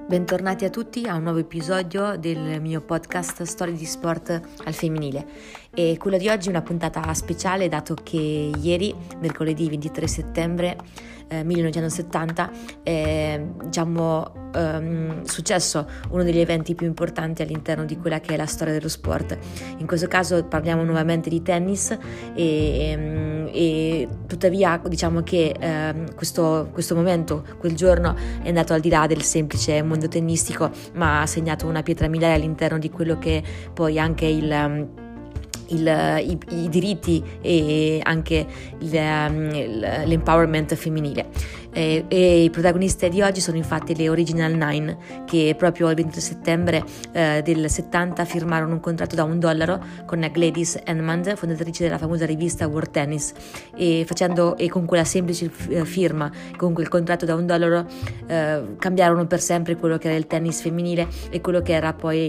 Bentornati a tutti a un nuovo episodio del mio podcast Storie di Sport al femminile, e quella di oggi è una puntata speciale dato che ieri, mercoledì 23 settembre 1970, è successo uno degli eventi più importanti all'interno di quella che è la storia dello sport. In questo caso parliamo nuovamente di tennis e tuttavia diciamo che questo momento, quel giorno, è andato al di là del semplice mondo tennistico, ma ha segnato una pietra miliare all'interno di quello che poi anche i diritti e anche l'empowerment femminile. E i protagonisti di oggi sono infatti le Original Nine, che proprio il 23 settembre del 70 firmarono un contratto da $1 con Gladys Edmond, fondatrice della famosa rivista World Tennis, e con quella semplice firma, con quel contratto da $1, cambiarono per sempre quello che era il tennis femminile e quello che era poi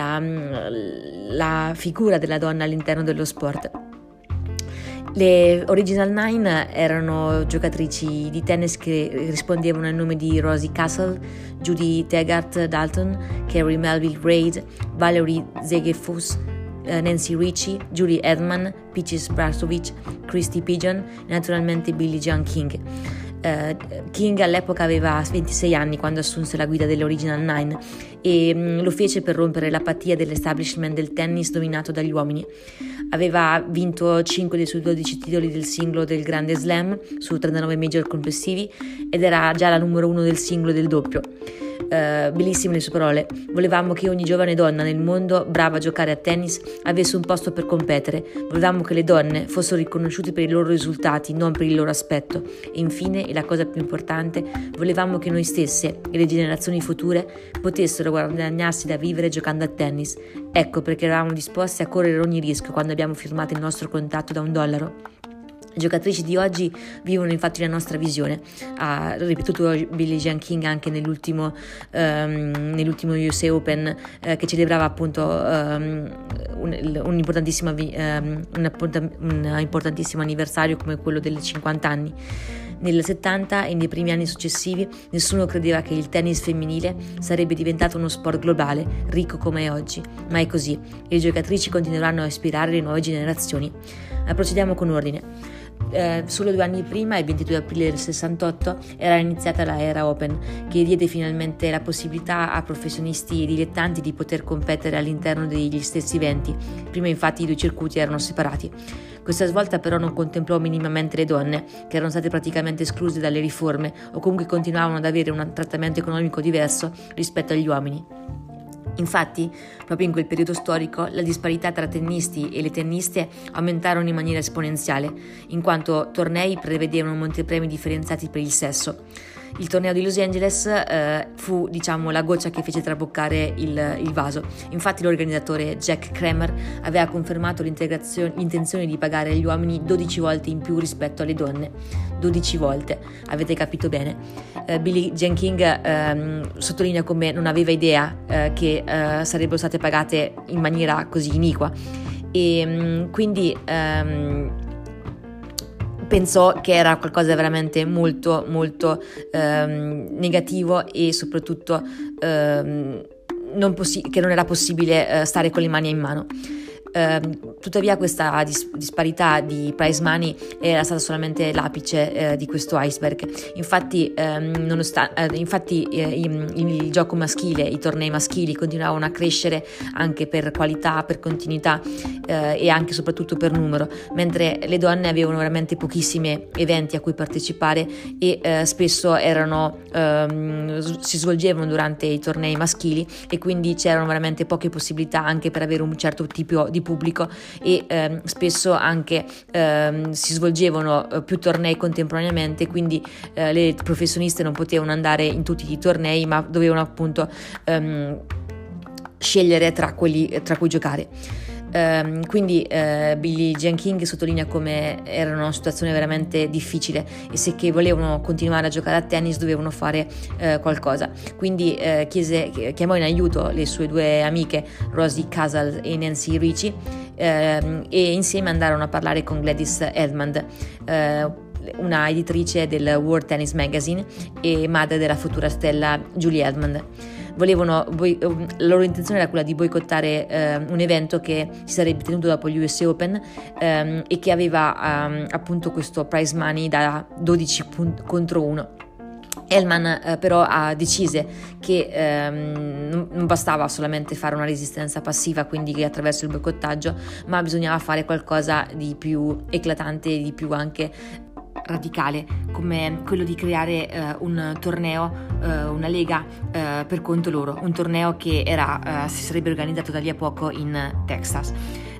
la figura della donna all'interno dello sport. Le Original Nine erano giocatrici di tennis che rispondevano al nome di Rosie Castle, Judy Tegart Dalton, Carrie Melville Reid, Valerie Ziegefuss, Nancy Ritchie, Julie Edman, Peaches Brazovic, Christy Pigeon e naturalmente Billie Jean King. King all'epoca aveva 26 anni quando assunse la guida delle Original Nine e lo fece per rompere l'apatia dell'establishment del tennis dominato dagli uomini. Aveva vinto 5 dei suoi 12 titoli del singolo del Grande Slam su 39 major complessivi ed era già la numero 1 del singolo del doppio. Bellissime le sue parole: volevamo che ogni giovane donna nel mondo brava a giocare a tennis avesse un posto per competere, volevamo che le donne fossero riconosciute per i loro risultati, non per il loro aspetto, e infine, e la cosa più importante, volevamo che noi stesse e le generazioni future potessero guadagnarsi da vivere giocando a tennis. Ecco perché eravamo disposti a correre ogni rischio quando abbiamo firmato il nostro contratto da $1. Le giocatrici di oggi vivono infatti la nostra visione, ha ripetuto Billie Jean King anche nell'ultimo US Open che celebrava appunto un importantissimo anniversario come quello delle 50 anni. Nel 70 e nei primi anni successivi nessuno credeva che il tennis femminile sarebbe diventato uno sport globale, ricco come è oggi, ma è così e le giocatrici continueranno a ispirare le nuove generazioni. Ma procediamo con ordine. Solo 2 anni prima, il 22 aprile del 68, era iniziata la Era Open, che diede finalmente la possibilità a professionisti e dilettanti di poter competere all'interno degli stessi eventi. Prima infatti i due circuiti erano separati. Questa svolta però non contemplò minimamente le donne, che erano state praticamente escluse dalle riforme o comunque continuavano ad avere un trattamento economico diverso rispetto agli uomini. Infatti, proprio in quel periodo storico, la disparità tra tennisti e le tenniste aumentarono in maniera esponenziale, in quanto tornei prevedevano montepremi differenziati per il sesso. Il torneo di Los Angeles fu, la goccia che fece traboccare il vaso. Infatti l'organizzatore Jack Kramer aveva confermato l'intenzione di pagare agli uomini 12 volte in più rispetto alle donne. 12 volte, avete capito bene. Billie Jean King sottolinea come non aveva idea che sarebbero state pagate in maniera così iniqua e quindi pensò che era qualcosa veramente molto molto negativo e soprattutto che non era possibile stare con le mani in mano. Tuttavia questa disparità di prize money era stata solamente l'apice di questo iceberg. Infatti, il gioco maschile, i tornei maschili continuavano a crescere anche per qualità, per continuità e anche soprattutto per numero, mentre le donne avevano veramente pochissimi eventi a cui partecipare e spesso si svolgevano durante i tornei maschili e quindi c'erano veramente poche possibilità anche per avere un certo tipo di pubblico e spesso anche si svolgevano più tornei contemporaneamente, quindi le professioniste non potevano andare in tutti i tornei ma dovevano appunto scegliere tra cui giocare. Quindi Billie Jean King sottolinea come era una situazione veramente difficile e se che volevano continuare a giocare a tennis dovevano fare qualcosa. Quindi chiamò in aiuto le sue 2 amiche Rosie Castle e Nancy Ritchie e insieme andarono a parlare con Gladys Edmond, una editrice del World Tennis Magazine e madre della futura stella Julie Edmond. la loro intenzione era quella di boicottare un evento che si sarebbe tenuto dopo gli US Open e che aveva appunto questo prize money da 12 contro 1. Hellman però decise che non bastava solamente fare una resistenza passiva, quindi attraverso il boicottaggio, ma bisognava fare qualcosa di più eclatante e di più anche radicale, come quello di creare un torneo, una lega per conto loro, un torneo che si sarebbe organizzato da lì a poco in Texas.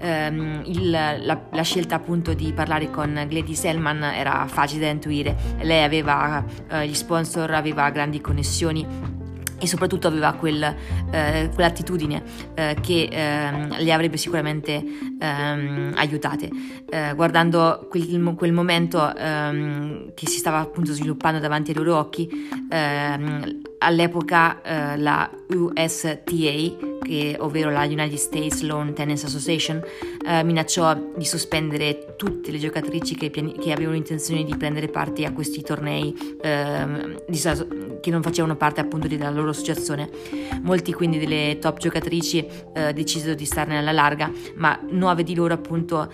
La scelta appunto di parlare con Gladys Hellman era facile da intuire. Lei aveva gli sponsor, aveva grandi connessioni e soprattutto aveva quell'attitudine che le avrebbe sicuramente aiutate. Guardando quel momento che si stava appunto sviluppando davanti ai loro occhi, all'epoca la USTA, ovvero la United States Lawn Tennis Association, minacciò di sospendere tutte le giocatrici che avevano intenzione di prendere parte a questi tornei che non facevano parte appunto della loro associazione. Molti quindi delle top giocatrici decisero di starne alla larga, ma 9 di loro appunto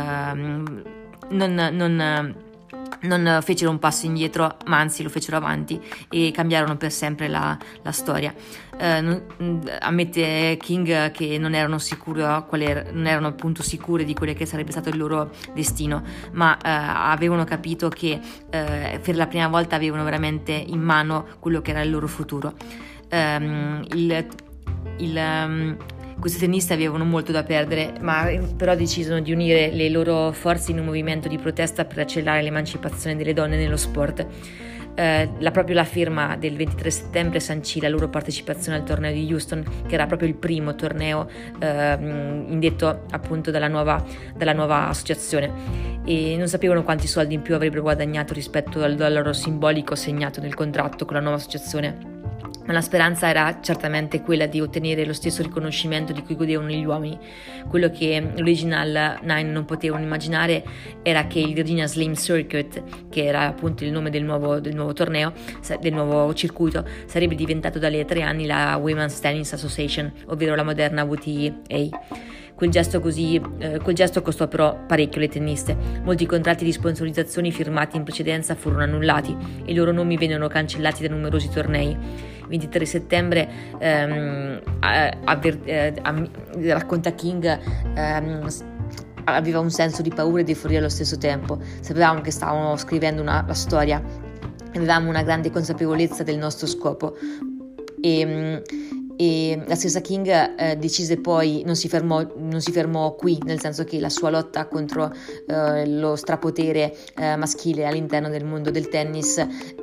non fecero un passo indietro, ma anzi lo fecero avanti e cambiarono per sempre la storia. Ammette King che non erano appunto sicure di quello che sarebbe stato il loro destino, ma avevano capito che per la prima volta avevano veramente in mano quello che era il loro futuro. Questi tennisti avevano molto da perdere, ma però decidono di unire le loro forze in un movimento di protesta per accelerare l'emancipazione delle donne nello sport. Proprio la firma del 23 settembre sancì la loro partecipazione al torneo di Houston, che era proprio il primo torneo indetto appunto dalla nuova associazione, e non sapevano quanti soldi in più avrebbero guadagnato rispetto al loro simbolico segnato nel contratto con la nuova associazione. Ma la speranza era certamente quella di ottenere lo stesso riconoscimento di cui godevano gli uomini. Quello che l'Original Nine non potevano immaginare era che il Virginia Slim Circuit, che era appunto il nome del nuovo torneo, del nuovo circuito, sarebbe diventato da lì a 3 anni la Women's Tennis Association, ovvero la moderna WTA. Quel gesto costò però parecchio alle tenniste. Molti contratti di sponsorizzazioni firmati in precedenza furono annullati e i loro nomi vennero cancellati da numerosi tornei. 23 settembre racconta King, aveva un senso di paura e di euforia allo stesso tempo. Sapevamo che stavamo scrivendo la storia, avevamo una grande consapevolezza del nostro scopo e la stessa King decise poi, non si fermò qui, nel senso che la sua lotta contro lo strapotere maschile all'interno del mondo del tennis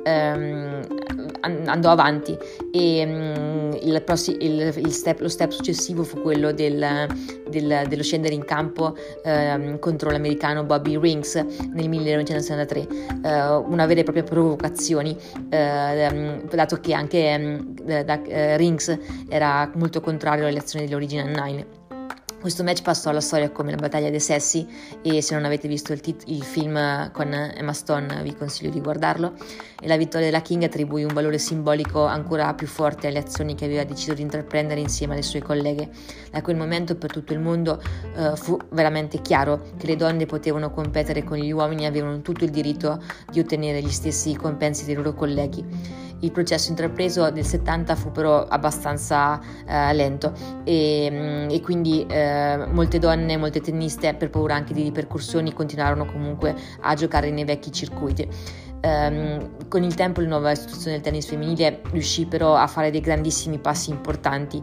andò avanti e lo step successivo fu quello dello scendere in campo contro l'americano Bobby Rings nel 1963, una vera e propria provocazione, dato che anche Rings era molto contrario alle azioni dell'Original Nine. Questo match passò alla storia come la battaglia dei sessi e se non avete visto il film con Emma Stone vi consiglio di guardarlo. E la vittoria della King attribuì un valore simbolico ancora più forte alle azioni che aveva deciso di intraprendere insieme alle sue colleghe. Da quel momento per tutto il mondo fu veramente chiaro che le donne potevano competere con gli uomini e avevano tutto il diritto di ottenere gli stessi compensi dei loro colleghi. Il processo intrapreso nel 70 fu però abbastanza lento e quindi molte donne, molte tenniste, per paura anche di ripercussioni, continuarono comunque a giocare nei vecchi circuiti. Con il tempo la nuova istituzione del tennis femminile riuscì però a fare dei grandissimi passi importanti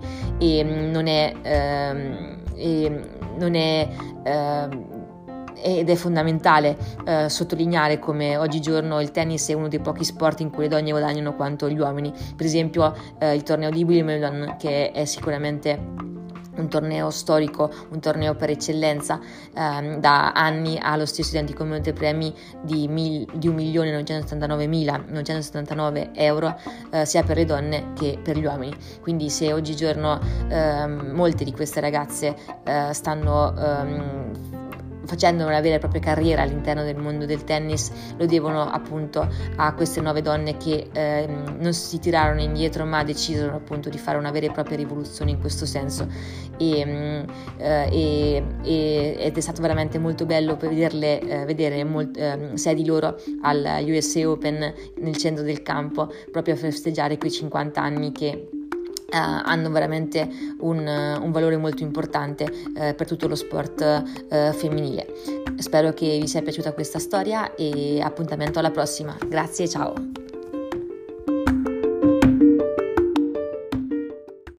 ed è fondamentale sottolineare come oggigiorno il tennis è uno dei pochi sport in cui le donne guadagnano quanto gli uomini. Per esempio il torneo di Wimbledon, che è sicuramente un torneo storico, un torneo per eccellenza, da anni ha lo stesso identico montepremi di 1.979.979 euro sia per le donne che per gli uomini. Quindi se oggigiorno molte di queste ragazze stanno facendo una vera e propria carriera all'interno del mondo del tennis, lo devono appunto a queste 9 donne che non si tirarono indietro, ma decisero appunto di fare una vera e propria rivoluzione in questo senso, ed è stato veramente molto bello per vedere 6 di loro al USA Open nel centro del campo, proprio a festeggiare quei 50 anni che hanno veramente un valore molto importante per tutto lo sport femminile. Spero che vi sia piaciuta questa storia e appuntamento alla prossima. Grazie, ciao!